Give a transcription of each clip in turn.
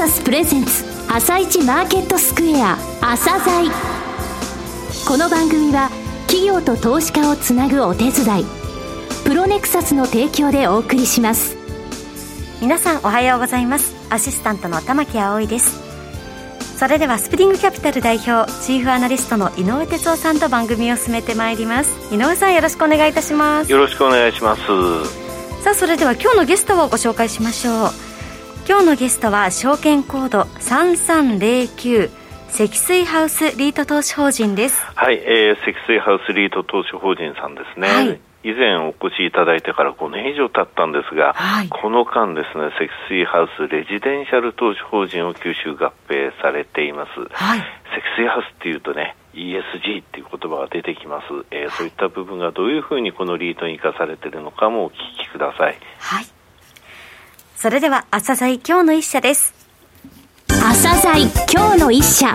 サスプレゼンツ朝一マーケットスクエア朝鮮。この番組は企業と投資家をつなぐお手伝いプロネクサスの提供でお送りします。 皆さんおはようございます。アシスタントの玉木葵です。それではスプリングキャピタル代表チーフアナリストの井上哲夫さんと番組を進めてまいります。井上さん、よろしくお願いいたします。 よろしくお願いします。 さあ、それでは今日のゲストをご紹介しましょう。今日のゲストは証券コード3309積水ハウスリート投資法人です。 はい、積水ハウスリート投資法人さんですね、はい、以前お越しいただいてから5年以上経ったんですが、はい、この間ですね、積水ハウスレジデンシャル投資法人を吸収合併されています、はい、積水ハウスっていうとね ESG っていう言葉が出てきます、そういった部分がどういうふうにこのリートに生かされているのかもお聞きください。 はい、それでは朝鮮今日の一社です。 朝鮮今日の一社。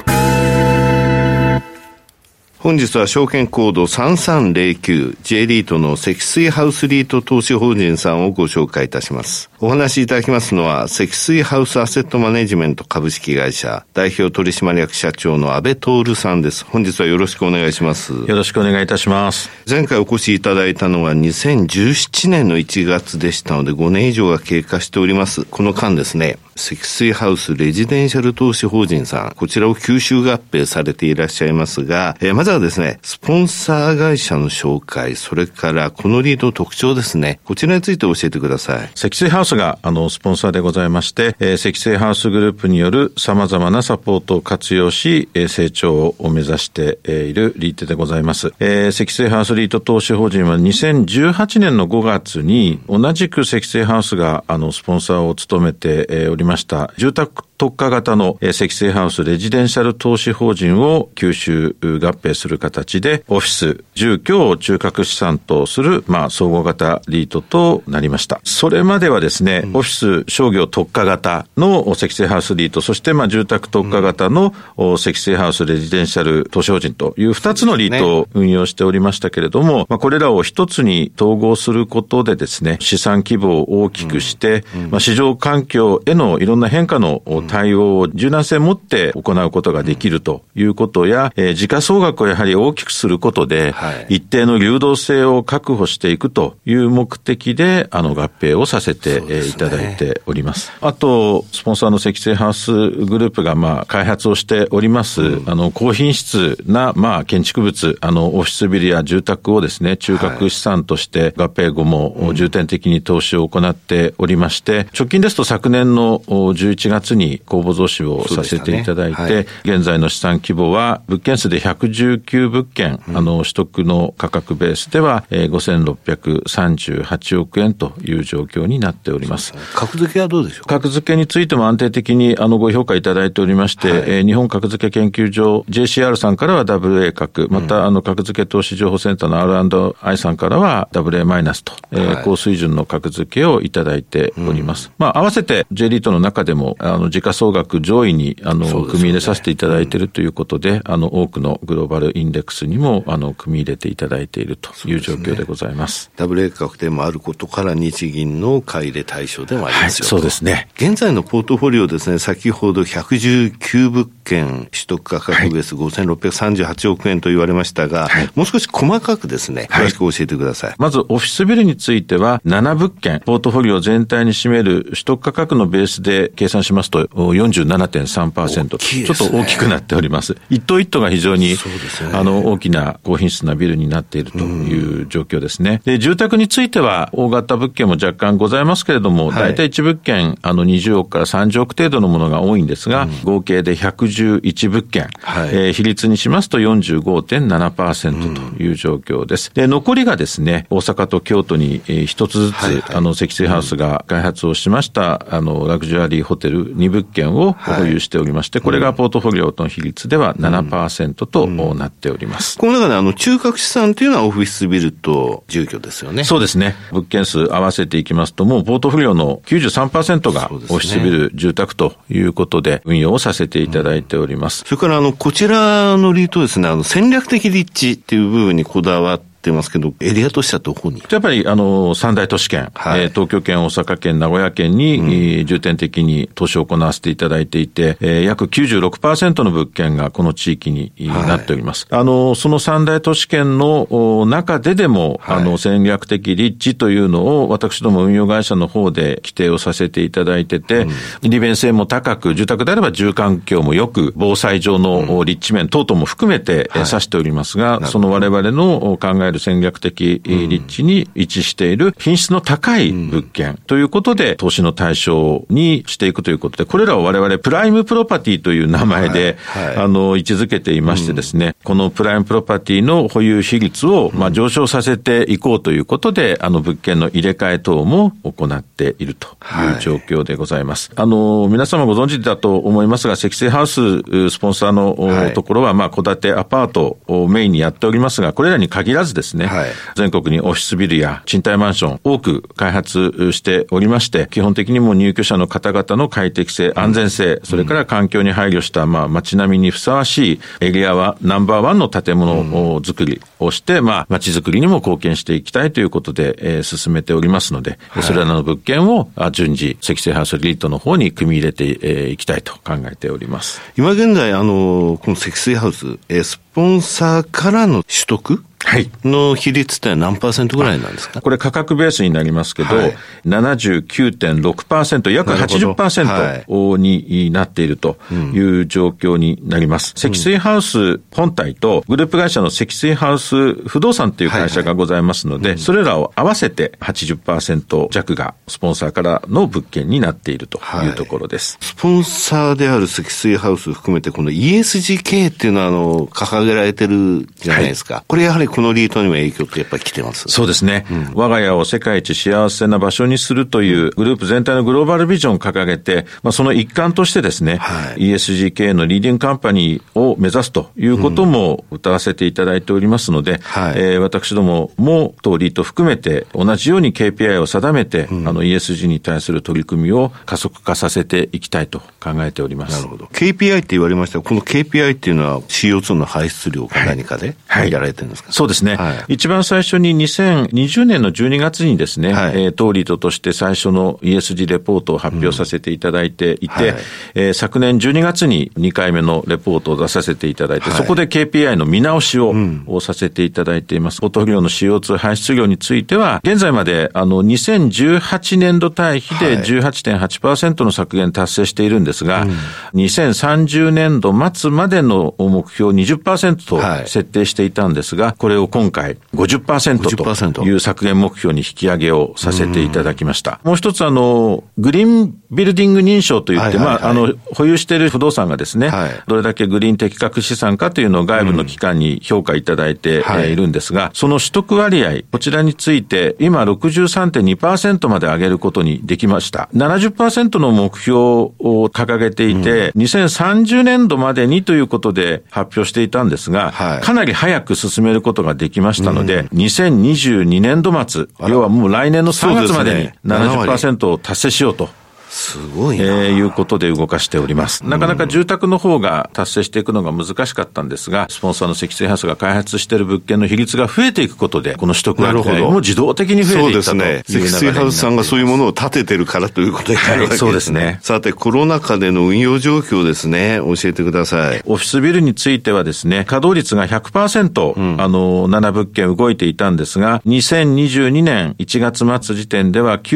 本日は証券コード3309 J リートの積水ハウスリート投資法人さんをご紹介いたします。お話しいただきますのは積水ハウスアセットマネジメント株式会社代表取締役社長の安倍徹さんです。本日はよろしくお願いします。 よろしくお願いいたします。 前回お越しいただいたのは2017年の1月でしたので5年以上が経過しております。この間ですね、積水ハウスレジデンシャル投資法人さん、こちらを吸収合併されていらっしゃいますが、まずはですね、スポンサー会社の紹介、それからこのリードの特徴ですね、こちらについて教えてください。 積水ハウスがスポンサーでございまして、積水ハウスグループによる様々なサポートを活用し、成長を目指しているリートでございます。積水ハウスリート投資法人は2018年の5月に同じく積水ハウスがスポンサーを務めておりました住宅特化型の積水ハウスレジデンシャル投資法人を吸収合併する形でオフィス、住居を中核資産とする総合型リートとなりました。それまではですね、オフィス商業特化型の積水ハウスリート、そして住宅特化型の積水ハウスレジデンシャル投資法人という2つのリートを運用しておりましたけれども、これらを一つに統合することでですね、資産規模を大きくして、市場環境へのいろんな変化の対応を柔軟性を持って行うことができるということや、時価総額をやはり大きくすることで、一定の流動性を確保していくという目的で合併をさせていただいております。あとスポンサーの積水ハウスグループが開発をしております、高品質な建築物、オフィスビルや住宅をですね、中核資産として合併後も重点的に投資を行っておりまして、直近ですと昨年の11月に公募増資をさせていただいて、現在の資産規模は物件数で119物件、取得の価格ベースでは5638億円という状況になっております。 格付けはどうでしょうか。 格付けについても安定的にご評価いただいておりまして、日本格付け研究所 JCR さんからは AA 格、また格付け投資情報センターの R&I さんからは AA マイナスと、高水準の格付けをいただいております。合わせて J リートの中でも時価総額上位に組み入れさせていただいているということで、多くのグローバルインデックスにも組み入れていただいているという状況でございます。 AA 格でもあることから日銀の買い入れ対象でもありますよ、 そうですね。 現在のポートフォリオですね、先ほど119物件、取得価格ベース5638億円と言われましたが、もう少し細かくですね、詳しく教えてください。 まずオフィスビルについては7物件、ポートフォリオ全体に占める取得価格のベースで計算しますと 47.3%、ちょっと大きくなっております。一棟一棟が非常に、大きな高品質なビルになっているという状況ですね。で、住宅については大型物件も若干ございますけれども、大体1物件20億から30億程度のものが多いんですが、合計で111物件、比率にしますと 45.7% という状況です。で、残りがですね、大阪と京都に一つずつ、積水ハウスが開発をしましたラグジュアリーホテル2物件を保有しておりまして、これがポートフォリオの比率では 7% となっております。 この中で中核資産というのはオフィスビルと住居ですよね。 そうですね。物件数合わせていきますと、もうポートフォリオの 93% がオフィスビル、住宅ということで運用をさせていただいております。 それからこちらのリートですね、戦略的立地っていう部分にこだわってってますけど、エリアとしてはどこに？ やっぱり三大都市圏、東京圏、大阪県、名古屋県に、重点的に投資を行わせていただいていて、約 96% の物件がこの地域になっております。その三大都市圏の中ででも、戦略的立地というのを私ども運用会社の方で規定をさせていただいてて、利便性も高く、住宅であれば住環境もよく、防災上の立地面等々も含めて指しておりますが、その我々の考える戦略的立地に位置している品質の高い物件ということで、投資の対象にしていくということで、これらを我々プライムプロパティという名前で、位置づけていましてですね、このプライムプロパティの保有比率を上昇させていこうということで、物件の入れ替え等も行っているという状況でございます。皆様ご存知だと思いますが、積水ハウススポンサーのところは、戸建てアパートをメインにやっておりますが、これらに限らずですね、全国にオフィスビルや賃貸マンション多く開発しておりまして、基本的にも入居者の方々の快適性、安全性、それから環境に配慮した街並みにふさわしいエリアはナンバーワンの建物作りをして、街づくりにも貢献していきたいということで、進めておりますので、それらの物件を順次積水ハウスリートの方に組み入れていきたいと考えております。 今現在この積水ハウス、スポンサーからの取得の比率って何%ぐらいなんですか？ これ価格ベースになりますけど、79.6%、約 80% になっているという状況になります。積水ハウス本体とグループ会社の積水ハウス不動産という会社がございますので、それらを合わせて 80% 弱がスポンサーからの物件になっているというところです。 スポンサーである積水ハウスを含めて、この ESG 経営っていうのは掲げられてるじゃないですか。これやはりこのリートにも影響ってやっぱり来てます？ そうですね。我が家を世界一幸せな場所にするというグループ全体のグローバルビジョンを掲げて、その一環としてですね、ESG 系のリーディングカンパニーを目指すということも謳わせていただいておりますので、私どもも当リート含めて同じように KPI を定めて、ESG に対する取り組みを加速化させていきたいと考えております。 なるほど。KPI って言われましたが、この KPI っていうのは CO2 の排出量か何かでやられてるんですか？ そうですね。一番最初に2020年の12月にですね、当リートとして最初の ESG レポートを発表させていただいていて、昨年12月に2回目のレポートを出させていただいて、そこで KPI の見直しをさせていただいています。ポートフォリオの CO2 排出量については、現在まで2018年度対比で 18.8% の削減達成しているんですが、2030年度末までの目標 20% と設定していたんですが、これを今回 50% という削減目標に引き上げをさせていただきました。もう一つグリーンビルディング認証といって、保有している不動産がですね、どれだけグリーン適格資産かというのを外部の機関に評価いただいているんですが、その取得割合、こちらについて今 63.2% まで上げることにできました。70% の目標を掲げていて、2030年度までにということで発表していたんですが、かなり早く進めることができましたので、2022年度末、要はもう来年の3月までに 70% を達成しようと。 すごいな、 いうことで動かしております。なかなか住宅の方が達成していくのが難しかったんですが、スポンサーの積水ハウスが開発している物件の比率が増えていくことで、この取得割合も自動的に増えていったという流れになっています。 そうですね。積水ハウスさんがそういうものを立ててるからということになるわけですね。 そうですね。 さて、コロナ禍での運用状況ですね、教えてください。 オフィスビルについてはですね、稼働率が 100%、7物件動いていたんですが、2022年1月末時点では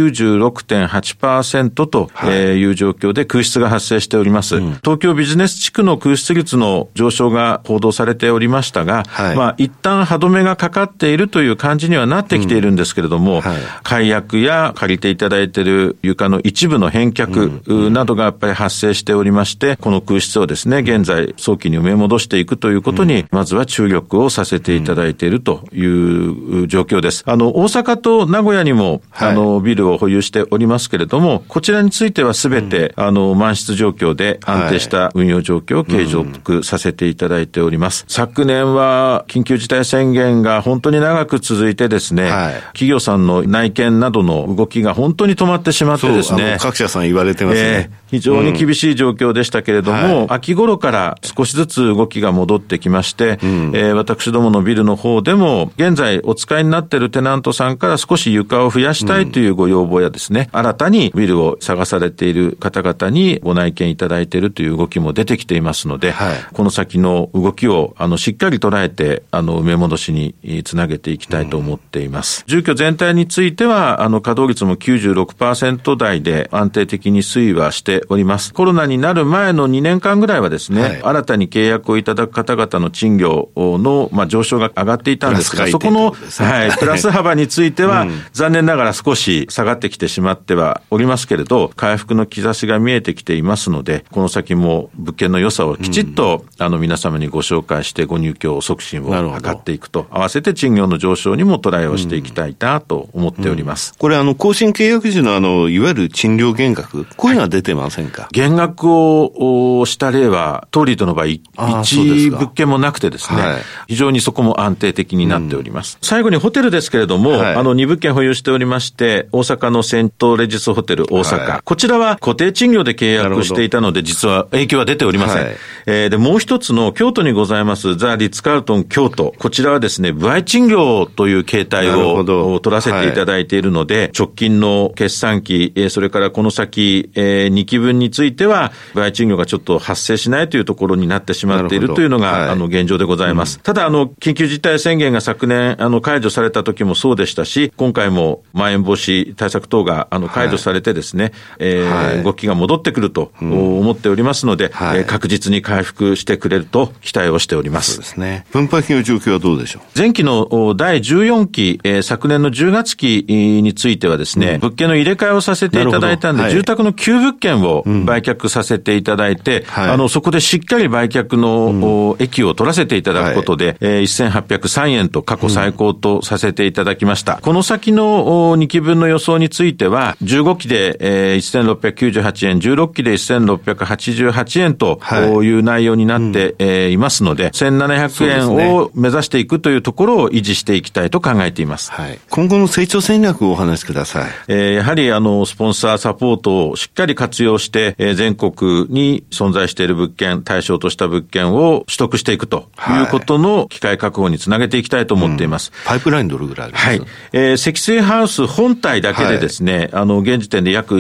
96.8% という状況で空室が発生しております。東京ビジネス地区の空室率の上昇が報道されておりましたが、一旦歯止めがかかっているという感じにはなってきているんですけれども、解約や借りていただいている床の一部の返却などがやっぱり発生しておりまして、この空室をですね、現在早期に埋め戻していくということに、まずは注力をさせていただいているという状況です。大阪と名古屋にも、ビルを保有しておりますけれども、こちらにについてはすべて、満室状況で安定した運用状況を継続させていただいております。昨年は緊急事態宣言が本当に長く続いてですね、企業さんの内見などの動きが本当に止まってしまってですね、 各社さん言われてますね。 非常に厳しい状況でしたけれども、秋頃から少しずつ動きが戻ってきまして、私どものビルの方でも現在お使いになっているテナントさんから少し床を増やしたいというご要望やですね、新たにビルを探されている方々にご内見いただいているという動きも出てきていますので、この先の動きをしっかり捉えて埋め戻しにつなげていきたいと思っています。住居全体については稼働率も 96% 台で安定的に推移はしております。コロナになる前の2年間ぐらいはですね、新たに契約をいただく方々の賃料の上昇が上がっていたんですが、そこのプラス幅については残念ながら少し下がってきてしまってはおりますけれど、回復の兆しが見えてきていますので、この先も物件の良さをきちっと皆様にご紹介してご入居促進を図っていくと、合わせて賃料の上昇にもトライをしていきたいなと思っております。 これ更新契約時のいわゆる賃料減額、こういうのは出てませんか？ 減額をした例はトーリーとの場合一物件もなくてですね、非常にそこも安定的になっております。最後にホテルですけれども、2物件保有しておりまして、大阪のセントレジスホテル大阪、こちらは固定賃料で契約していたので実は影響は出ておりません。でもう一つの京都にございますザ・リッツ・カールトン京都、こちらはですね、歩合賃料という形態を取らせていただいているので、直近の決算期、それからこの先、2期分については歩合賃料がちょっと発生しないというところになってしまっているというのが、現状でございます。ただ緊急事態宣言が昨年解除された時もそうでしたし、今回もまん延防止対策等が解除されてですね、動きが戻ってくると思っておりますので、確実に回復してくれると期待をしております。 そうですね。分配金の状況はどうでしょう？ 前期の第14期、昨年の10月期についてはですね、物件の入れ替えをさせていただいたんで、住宅の9物件を売却させていただいて、そこでしっかり売却の益を取らせていただくことで、1803円と過去最高とさせていただきました。この先の2期分の予想については、15期で1698円、16期で1688円という内容になっていますので、1700円を目指していくというところを維持していきたいと考えています。 今後の成長戦略をお話しください。 やはりスポンサーサポートをしっかり活用して、全国に存在している物件、対象とした物件を取得していくということの機会確保につなげていきたいと思っています。 パイプラインどれぐらいあります？ 積水ハウス本体だけでですね、現時点で約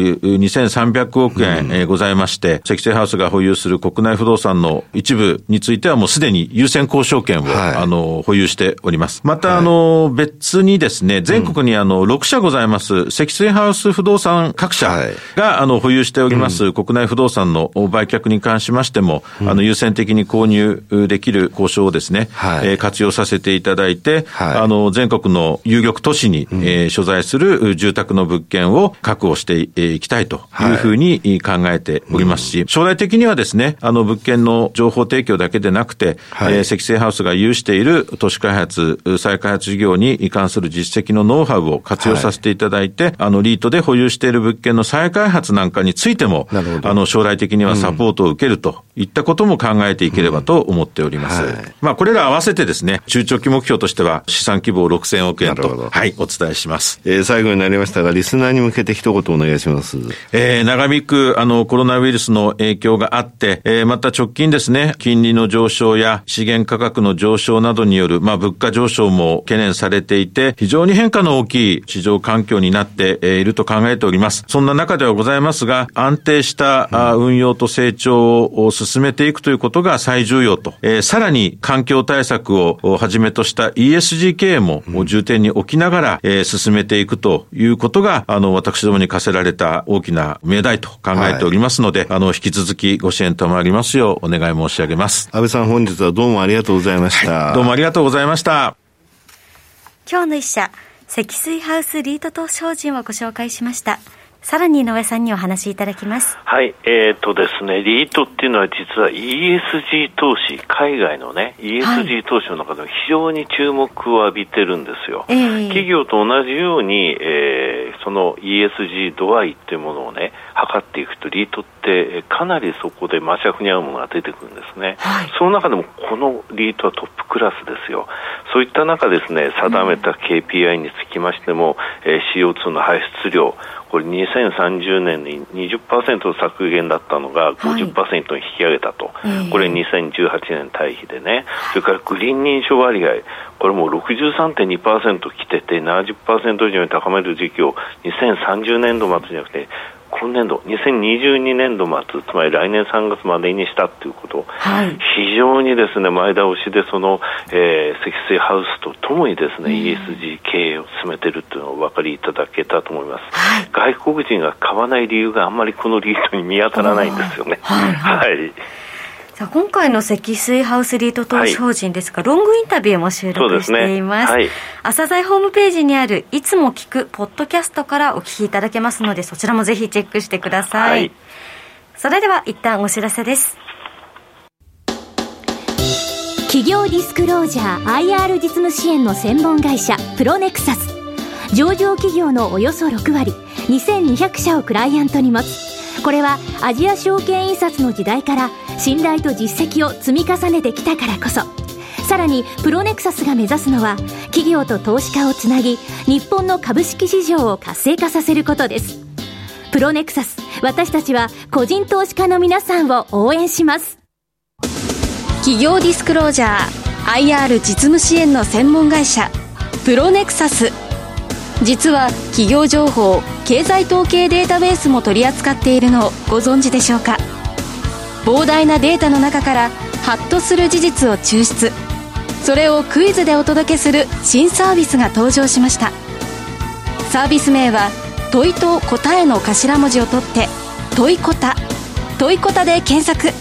2300億円、ございまして、積水ハウスが保有する国内不動産の一部についてはもうすでに優先交渉権を、保有しております。また、別にですね、全国に6社ございます、積水ハウス不動産各社が、保有しております、国内不動産の売却に関しましても、優先的に購入できる交渉をですね、活用させていただいて、全国の有力都市に、所在する住宅の物件を確保していきたいというふうに考えておりますし、将来的にはですね、物件の情報提供だけでなくて、積水ハウスが有している都市開発、再開発事業に関する実績のノウハウを活用させていただいて、リートで保有している物件の再開発なんかについても、将来的にはサポートを受けるといったことも考えていければと思っております。これら合わせてですね、中長期目標としては資産規模6000億円と、お伝えします。 最後になりましたが、リスナーに向けて一言お願いします。 長引くコロナウイルスの影響があって、また直近ですね、金利の上昇や資源価格の上昇などによる、物価上昇も懸念されていて、非常に変化の大きい市場環境になっていると考えております。そんな中ではございますが、安定した運用と成長を進めていくということが最重要と、さらに環境対策をはじめとした ESG 経営も重点に置きながら、進めていくということが、私どもに課せられた大きな命題と考えておりますので、引き続きご支援賜りますようお願い申し上げます。 安倍さん、本日はどうもありがとうございました。 どうもありがとうございました。 今日の一社、積水ハウスリート投資法人をご紹介しました。 さらに井上さんにお話しいただきます。 はい、ですね、リートっていうのは実は ESG 投資、海外のね ESG 投資の中でも非常に注目を浴びてるんですよ。企業と同じように、その ESG 度合いっていうものをね測っていくと、リートってかなりそこで魔尺に合うものが出てくるんですね。その中でもこのリートはトップクラスですよ。そういった中ですね、定めた KPI につきましても、CO2 の排出量、これ2030年に 20% 削減だったのが 50% に引き上げたと、これ2018年対比でね。それからグリーン認証割合、これも 63.2% 来てて 70% 以上に高める時期を2030年度末じゃなくて今年度2022年度末、つまり来年3月までにしたということ、非常にですね前倒しでその、積水ハウスとともにですね、ESG 経営を進めているというのをお分かりいただけたと思います。外国人が買わない理由があんまりこのリートに見当たらないんですよね。 今回の積水ハウスリート投資法人ですが、ロングインタビューも収録しています。朝鮮ホームページにあるいつも聞くポッドキャストからお聞きいただけますので、そちらもぜひチェックしてください。それでは一旦お知らせです。 企業ディスクロージャー IR 実務支援の専門会社プロネクサス、上場企業のおよそ6割2200社をクライアントに持つ。これはアジア証券印刷の時代から信頼と実績を積み重ねてきたからこそ、さらにプロネクサスが目指すのは企業と投資家をつなぎ、日本の株式市場を活性化させることです。プロネクサス、私たちは個人投資家の皆さんを応援します。 企業ディスクロージャー IR 実務支援の専門会社プロネクサス、実は企業情報、経済統計データベースも取り扱っているのをご存知でしょうか。膨大なデータの中からハッとする事実を抽出、それをクイズでお届けする新サービスが登場しました。サービス名は問いと答えの頭文字を取って問いこた、問いこたで検索。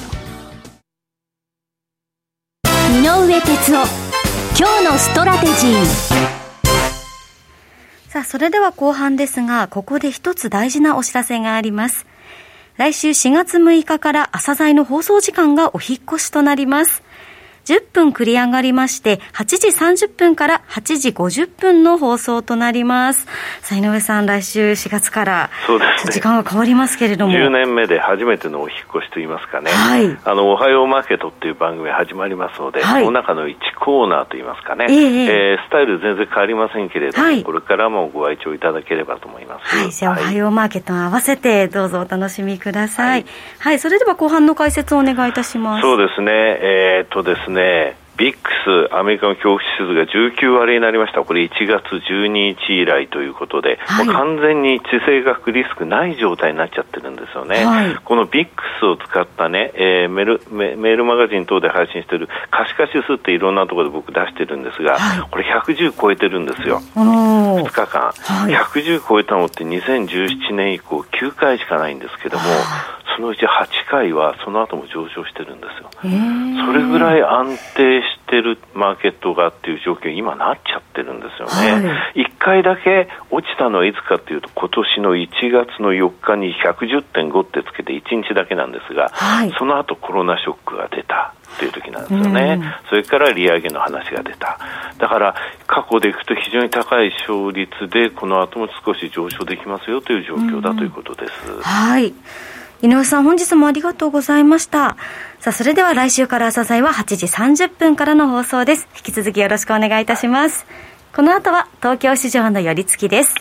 井上哲夫、今日のストラテジー。 さあ、それでは後半ですが、ここで一つ大事なお知らせがあります。来週4月6日から朝鮮の放送時間がお引っ越しとなります。10分繰り上がりまして、8時30分から8時50分の放送となります。さあ、井上さん、来週4月から時間が変わりますけれども、 10年目で初めてのお引っ越しといいますかね、おはようマーケットっていう番組始まりますので、その中の1コーナーといいますかね、スタイル全然変わりませんけれども、これからもご愛聴いただければと思います。 じゃあ、おはようマーケットに合わせてどうぞお楽しみください。それでは後半の解説をお願いいたします。 そうですね、ですね、ビックス、アメリカの恐怖指数が19割になりました。これ1月12日以来ということで、もう完全に地政学リスクない状態になっちゃってるんですよね。このビックスを使ったね、メールマガジン等で配信している可視化指数っていろんなところで僕出してるんですが、これ110超えてるんですよ。2日間、110超えたのって2017年以降9回しかないんですけども、そのうち8回はその後も上昇してるんですよ。それぐらい安定してるマーケットがっていう状況に今なっちゃってるんですよね。1回だけ落ちたのはいつかっていうと、今年の1月の4日に 110.5 ってつけて1日だけなんですが、その後コロナショックが出たっていう時なんですよね。それから利上げの話が出た。だから過去でいくと非常に高い勝率でこの後も少し上昇できますよという状況だということです。 井上さん、本日もありがとうございました。さあ、それでは来週から朝鮮は8時30分からの放送です。引き続きよろしくお願いいたします。この後は東京市場の寄り付きです。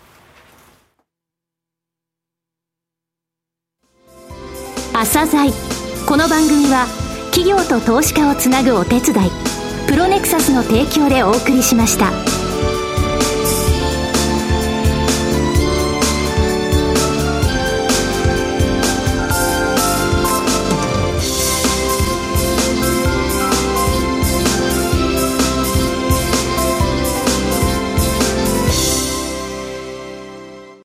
朝鮮、この番組は企業と投資家をつなぐお手伝い、プロネクサスの提供でお送りしました。